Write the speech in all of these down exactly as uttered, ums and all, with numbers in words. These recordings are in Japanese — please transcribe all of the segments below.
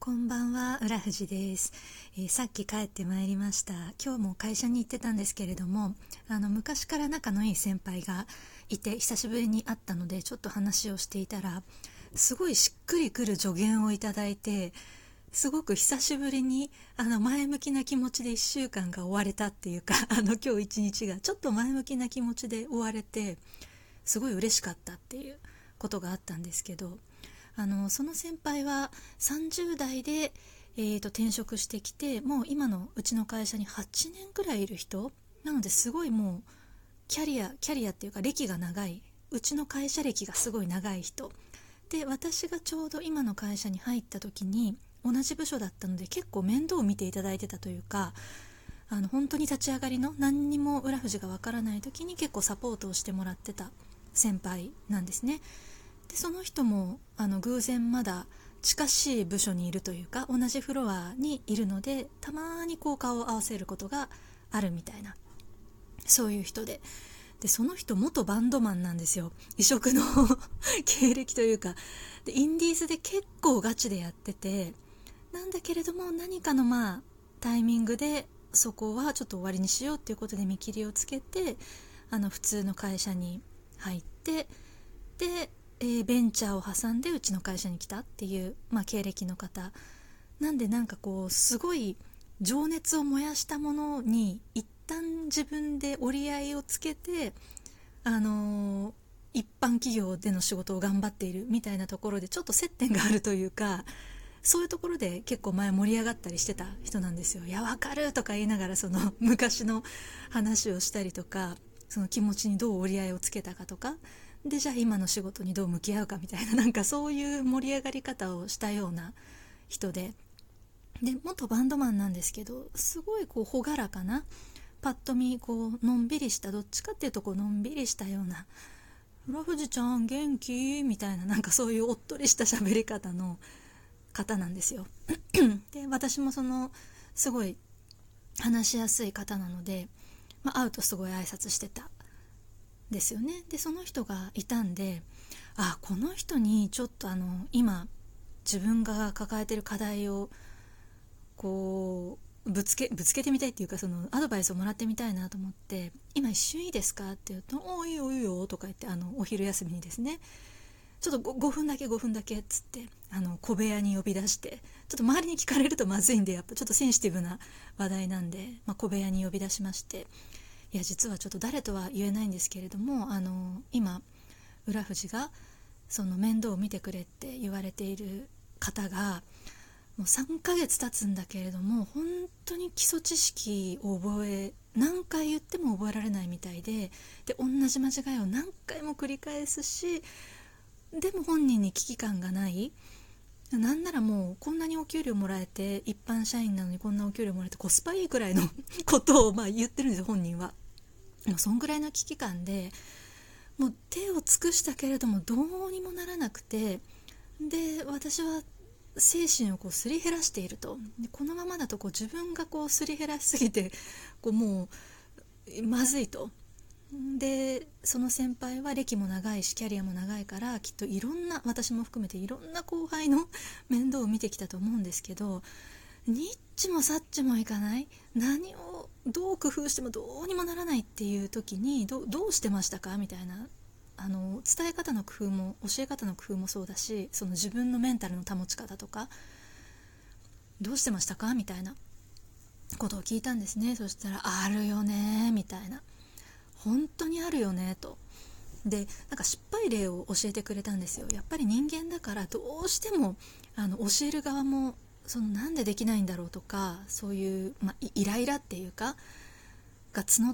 こんばんは、浦藤です、えー、さっき帰ってまいりました。今日も会社に行ってたんですけれども、あの昔から仲のいい先輩がいて久しぶりに会ったのでちょっと話をしていたら、すごいしっくりくる助言をいただいて、すごく久しぶりにあの前向きな気持ちでいっしゅうかんが終われたっていうか、あの今日一日がちょっと前向きな気持ちで終われて、すごい嬉しかったっていうことがあったんですけど、あのその先輩はさんじゅう代で、えー、と転職してきて、もう今のうちの会社にはちねんくらいいる人なので、すごいもうキャリアキャリアっていうか歴が長い、うちの会社歴がすごい長い人で、私がちょうど今の会社に入った時に同じ部署だったので、結構面倒を見ていただいてたというか、あの本当に立ち上がりの何にも浦富がわからない時に結構サポートをしてもらってた先輩なんですね。でその人もあの偶然まだ近しい部署にいるというか、同じフロアにいるので、たまにこう顔を合わせることがあるみたいな、そういう人で、でその人元バンドマンなんですよ。異色の経歴というかで、インディーズで結構ガチでやってて、なんだけれども何かのまあタイミングでそこはちょっと終わりにしようっていうことで見切りをつけて、あの普通の会社に入って、でえー、ベンチャーを挟んでうちの会社に来たっていう、まあ、経歴の方なんで、なんかこうすごい情熱を燃やしたものに一旦自分で折り合いをつけて、あのー、一般企業での仕事を頑張っているみたいなところでちょっと接点があるというか、そういうところで結構前盛り上がったりしてた人なんですよ。いやわかるとか言いながら、その昔の話をしたりとか、その気持ちにどう折り合いをつけたかとかで、じゃあ今の仕事にどう向き合うかみたいな、なんかそういう盛り上がり方をしたような人で、で元バンドマンなんですけど、すごいこう朗らかな、パッと見こうのんびりした、どっちかっていうとこうのんびりしたような、浦富ちゃん元気みたいな、なんかそういうおっとりした喋り方の方なんですよで私もそのすごい話しやすい方なので、まあ、会うとすごい挨拶してたですよね。でその人がいたんで、あこの人にちょっとあの今自分が抱えてる課題をこうぶつけぶつけてみたいっていうか、そのアドバイスをもらってみたいなと思って、今一瞬いいですかって言うと、おいいよいいよとか言って、あのお昼休みにですね、ちょっと ご, ごふんだけごふんだけっつって、あの小部屋に呼び出して、ちょっと周りに聞かれるとまずいんで、やっぱちょっとセンシティブな話題なんで、まあ、小部屋に呼び出しまして、いや実はちょっと誰とは言えないんですけれども、あの今浦富がその面倒を見てくれって言われている方がもうさんかげつ経つんだけれども、本当に基礎知識を覚え、何回言っても覚えられないみたいで、で同じ間違いを何回も繰り返すし、でも本人に危機感がない、なんならもうこんなにお給料もらえて、一般社員なのにこんなお給料もらえてコスパいいくらいのことをまあ言ってるんですよ、本人は。もうそんぐらいの危機感で、もう手を尽くしたけれどもどうにもならなくて、で私は精神をこうすり減らしていると。でこのままだとこう自分がこうすり減らしすぎて、こうもうまずいと。でその先輩は歴も長いしキャリアも長いから、きっといろんな、私も含めていろんな後輩の面倒を見てきたと思うんですけど、ニッチもサッチもいかない、何をどう工夫してもどうにもならないっていう時に ど, どうしてましたかみたいな、あの伝え方の工夫も教え方の工夫もそうだし、その自分のメンタルの保ち方とかどうしてましたかみたいなことを聞いたんですね。そしたら、あるよねみたいな、本当にあるよねと。でなんか失敗例を教えてくれたんですよ。やっぱり人間だからどうしてもあの教える側もそのなんでできないんだろうとか、そういう、まあ、イライラっていうかが募って、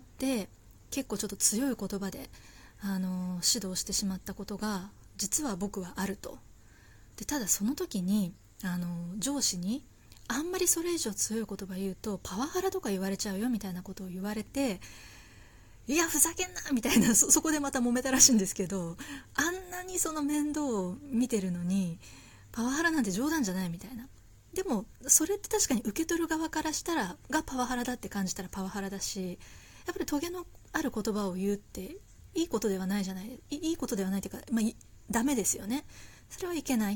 結構ちょっと強い言葉であの指導してしまったことが実は僕はあると。でただその時にあの上司に、あんまりそれ以上強い言葉言うとパワハラとか言われちゃうよみたいなことを言われて、いやふざけんなみたいな、 そ, そこでまた揉めたらしいんですけど、あんなにその面倒を見てるのにパワハラなんて冗談じゃないみたいな。でもそれって確かに受け取る側からしたらがパワハラだって感じたらパワハラだし、やっぱりトゲのある言葉を言うっていいことではないじゃない、いいことではないというか、まあ、ダメですよね。それはいけない。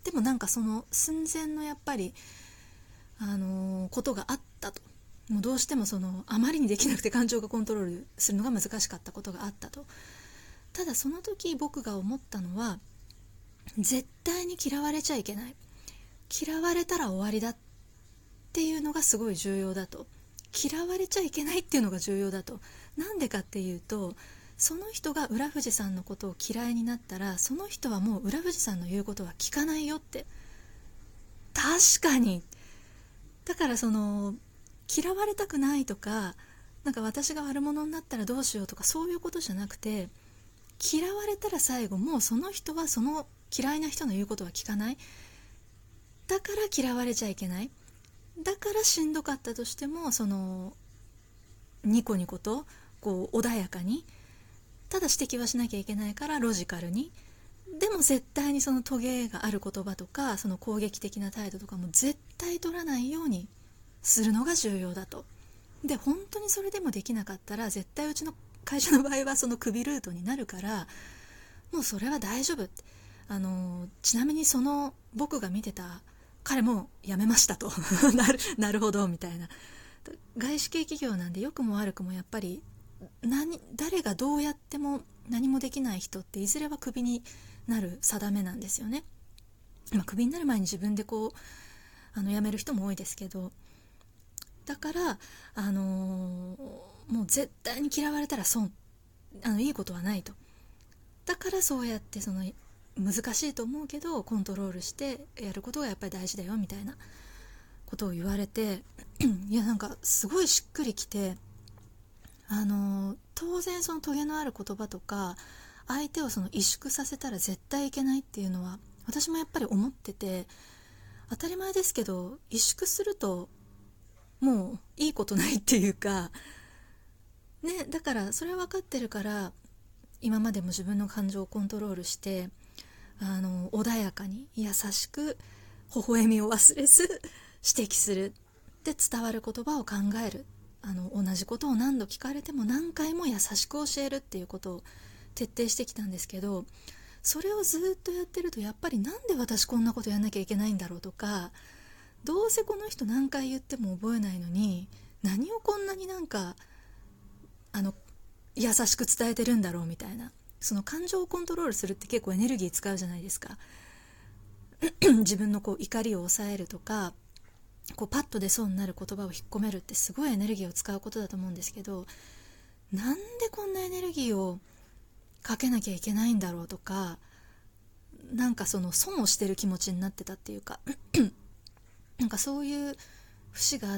でもなんかその寸前のやっぱり、あのーことがあったと。もうどうしてもそのあまりにできなくて感情がコントロールするのが難しかったことがあったと。ただその時僕が思ったのは、絶対に嫌われちゃいけない、嫌われたら終わりだっていうのがすごい重要だと。嫌われちゃいけないっていうのが重要だと。なんでかっていうと、その人が浦富士さんのことを嫌いになったら、その人はもう浦富士さんの言うことは聞かないよって。確かに。だからその嫌われたくないとか、なんか私が悪者になったらどうしようとか、そういうことじゃなくて、嫌われたら最後もうその人はその嫌いな人の言うことは聞かない。だから嫌われちゃいけない。だからしんどかったとしても、そのニコニコとこう穏やかに、ただ指摘はしなきゃいけないからロジカルに、でも絶対にそのトゲがある言葉とか、その攻撃的な態度とかも絶対取らないようにするのが重要だと。で本当にそれでもできなかったら、絶対うちの会社の場合はそのクビルートになるから、もうそれは大丈夫って。あのちなみにその僕が見てた彼も辞めましたとなる、なるほどみたいな。外資系企業なんで良くも悪くもやっぱり何誰がどうやっても何もできない人っていずれはクビになる定めなんですよね。まあ、クビになる前に自分でこうあの辞める人も多いですけど、だからあのー、もう絶対に嫌われたら損、あのいいことはないと。だからそうやってその難しいと思うけどコントロールしてやることがやっぱり大事だよみたいなことを言われていやなんかすごいしっくりきて、あの当然そのトゲのある言葉とか相手をその萎縮させたら絶対いけないっていうのは私もやっぱり思ってて、当たり前ですけど萎縮するともういいことないっていうかね、だからそれは分かってるから今までも自分の感情をコントロールしてあの穏やかに優しく微笑みを忘れず指摘するで伝わる言葉を考える、あの同じことを何度聞かれても何回も優しく教えるっていうことを徹底してきたんですけど、それをずっとやってるとやっぱりなんで私こんなことやんなきゃいけないんだろうとか、どうせこの人何回言っても覚えないのに何をこんなになんかあの優しく伝えてるんだろうみたいな。その感情をコントロールするって結構エネルギー使うじゃないですか自分のこう怒りを抑えるとか、こうパッと出そうになる言葉を引っ込めるってすごいエネルギーを使うことだと思うんですけど、なんでこんなエネルギーをかけなきゃいけないんだろうとか、なんかその損をしてる気持ちになってたっていうかなんかそういう節があって、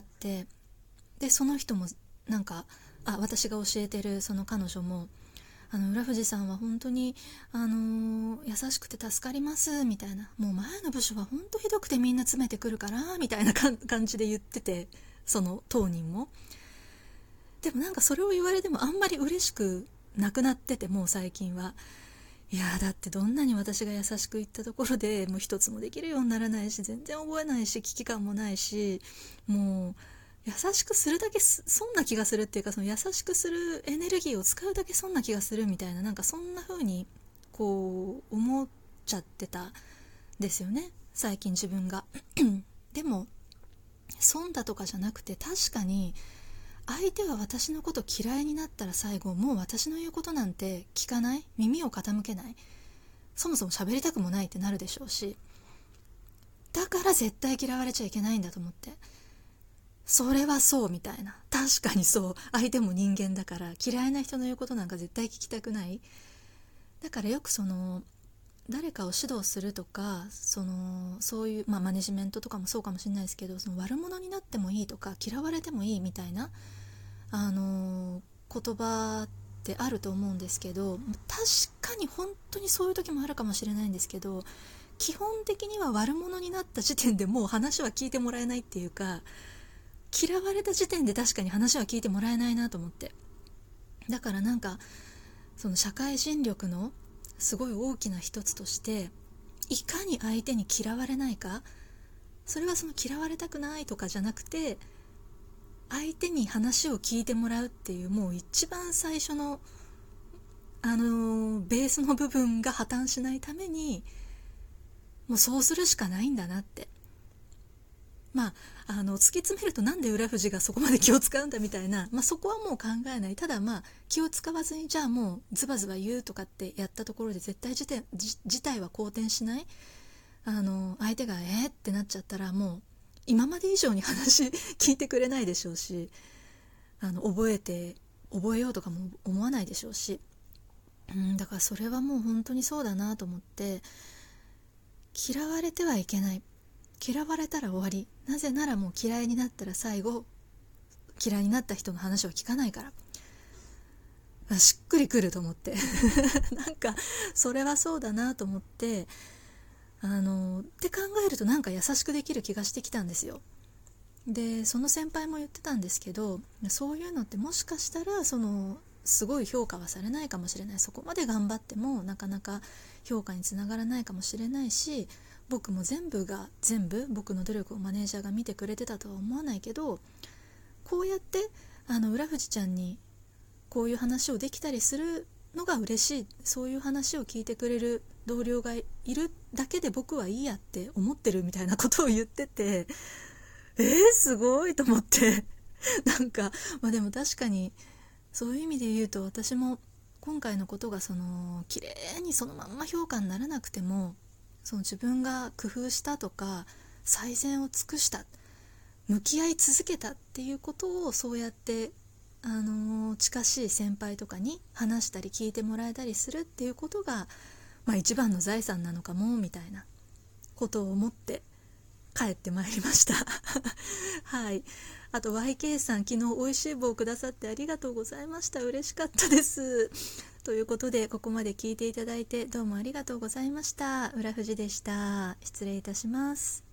でその人もなんかあ私が教えてるその彼女もあの浦富士さんは本当に、あのー、優しくて助かりますみたいな、もう前の部署は本当ひどくてみんな詰めてくるからみたいな感じで言ってて、その当人も。でもなんかそれを言われてもあんまり嬉しくなくなってて、もう最近は。いやだってどんなに私が優しく言ったところでもう一つもできるようにならないし、全然覚えないし危機感もないし、もう優しくするだけ損な気がするっていうか、その優しくするエネルギーを使うだけ損な気がするみたいな、なんかそんな風にこう思っちゃってたんですよね最近自分がでも損だとかじゃなくて、確かに相手は私のこと嫌いになったら最後もう私の言うことなんて聞かない、耳を傾けない、そもそも喋りたくもないってなるでしょうし、だから絶対嫌われちゃいけないんだと思って、それはそうみたいな、確かにそう、相手も人間だから嫌いな人の言うことなんか絶対聞きたくない。だからよくその誰かを指導するとか、そのそういう、まあ、マネジメントとかもそうかもしれないですけど、その悪者になってもいいとか嫌われてもいいみたいなあの言葉ってあると思うんですけど、確かに本当にそういう時もあるかもしれないんですけど、基本的には悪者になった時点でもう話は聞いてもらえないっていうか、嫌われた時点で確かに話は聞いてもらえないなと思って、だからなんかその社会人力のすごい大きな一つとして、いかに相手に嫌われないか、それはその嫌われたくないとかじゃなくて、相手に話を聞いてもらうっていう、もう一番最初のあのベースの部分が破綻しないためにもうそうするしかないんだなって。まあ、あの突き詰めるとなんで浦富士がそこまで気を使うんだみたいな、まあ、そこはもう考えない。ただまあ気を使わずにじゃあもうズバズバ言うとかってやったところで絶対事態、事態は好転しない。あの相手がえーってなっちゃったらもう今まで以上に話聞いてくれないでしょうし、あの覚えて覚えようとかも思わないでしょうし、うん、だからそれはもう本当にそうだなと思って、嫌われてはいけない。嫌われたら終わり。なぜならもう嫌いになったら最後嫌いになった人の話を聞かないから。しっくりくると思ってなんかそれはそうだなと思って、あのって考えるとなんか優しくできる気がしてきたんですよ。でその先輩も言ってたんですけど、そういうのってもしかしたらそのすごい評価はされないかもしれない。そこまで頑張ってもなかなか評価につながらないかもしれないし、僕も全部が全部僕の努力をマネージャーが見てくれてたとは思わないけど、こうやってあの浦富士ちゃんにこういう話をできたりするのが嬉しい。そういう話を聞いてくれる同僚がいるだけで僕はいいやって思ってるみたいなことを言ってて、えー、すごいと思ってなんか、まあ、でも確かにそういう意味で言うと、私も今回のことがその綺麗にそのまんま評価にならなくても、その自分が工夫したとか最善を尽くした、向き合い続けたっていうことをそうやってあの近しい先輩とかに話したり聞いてもらえたりするっていうことが、まあ、一番の財産なのかもみたいなことを思って帰ってまいりましたはい。あと ワイケー さん、昨日美味しい棒をくださってありがとうございました。嬉しかったですということで、ここまで聞いていただいてどうもありがとうございました。浦富士でした。失礼いたします。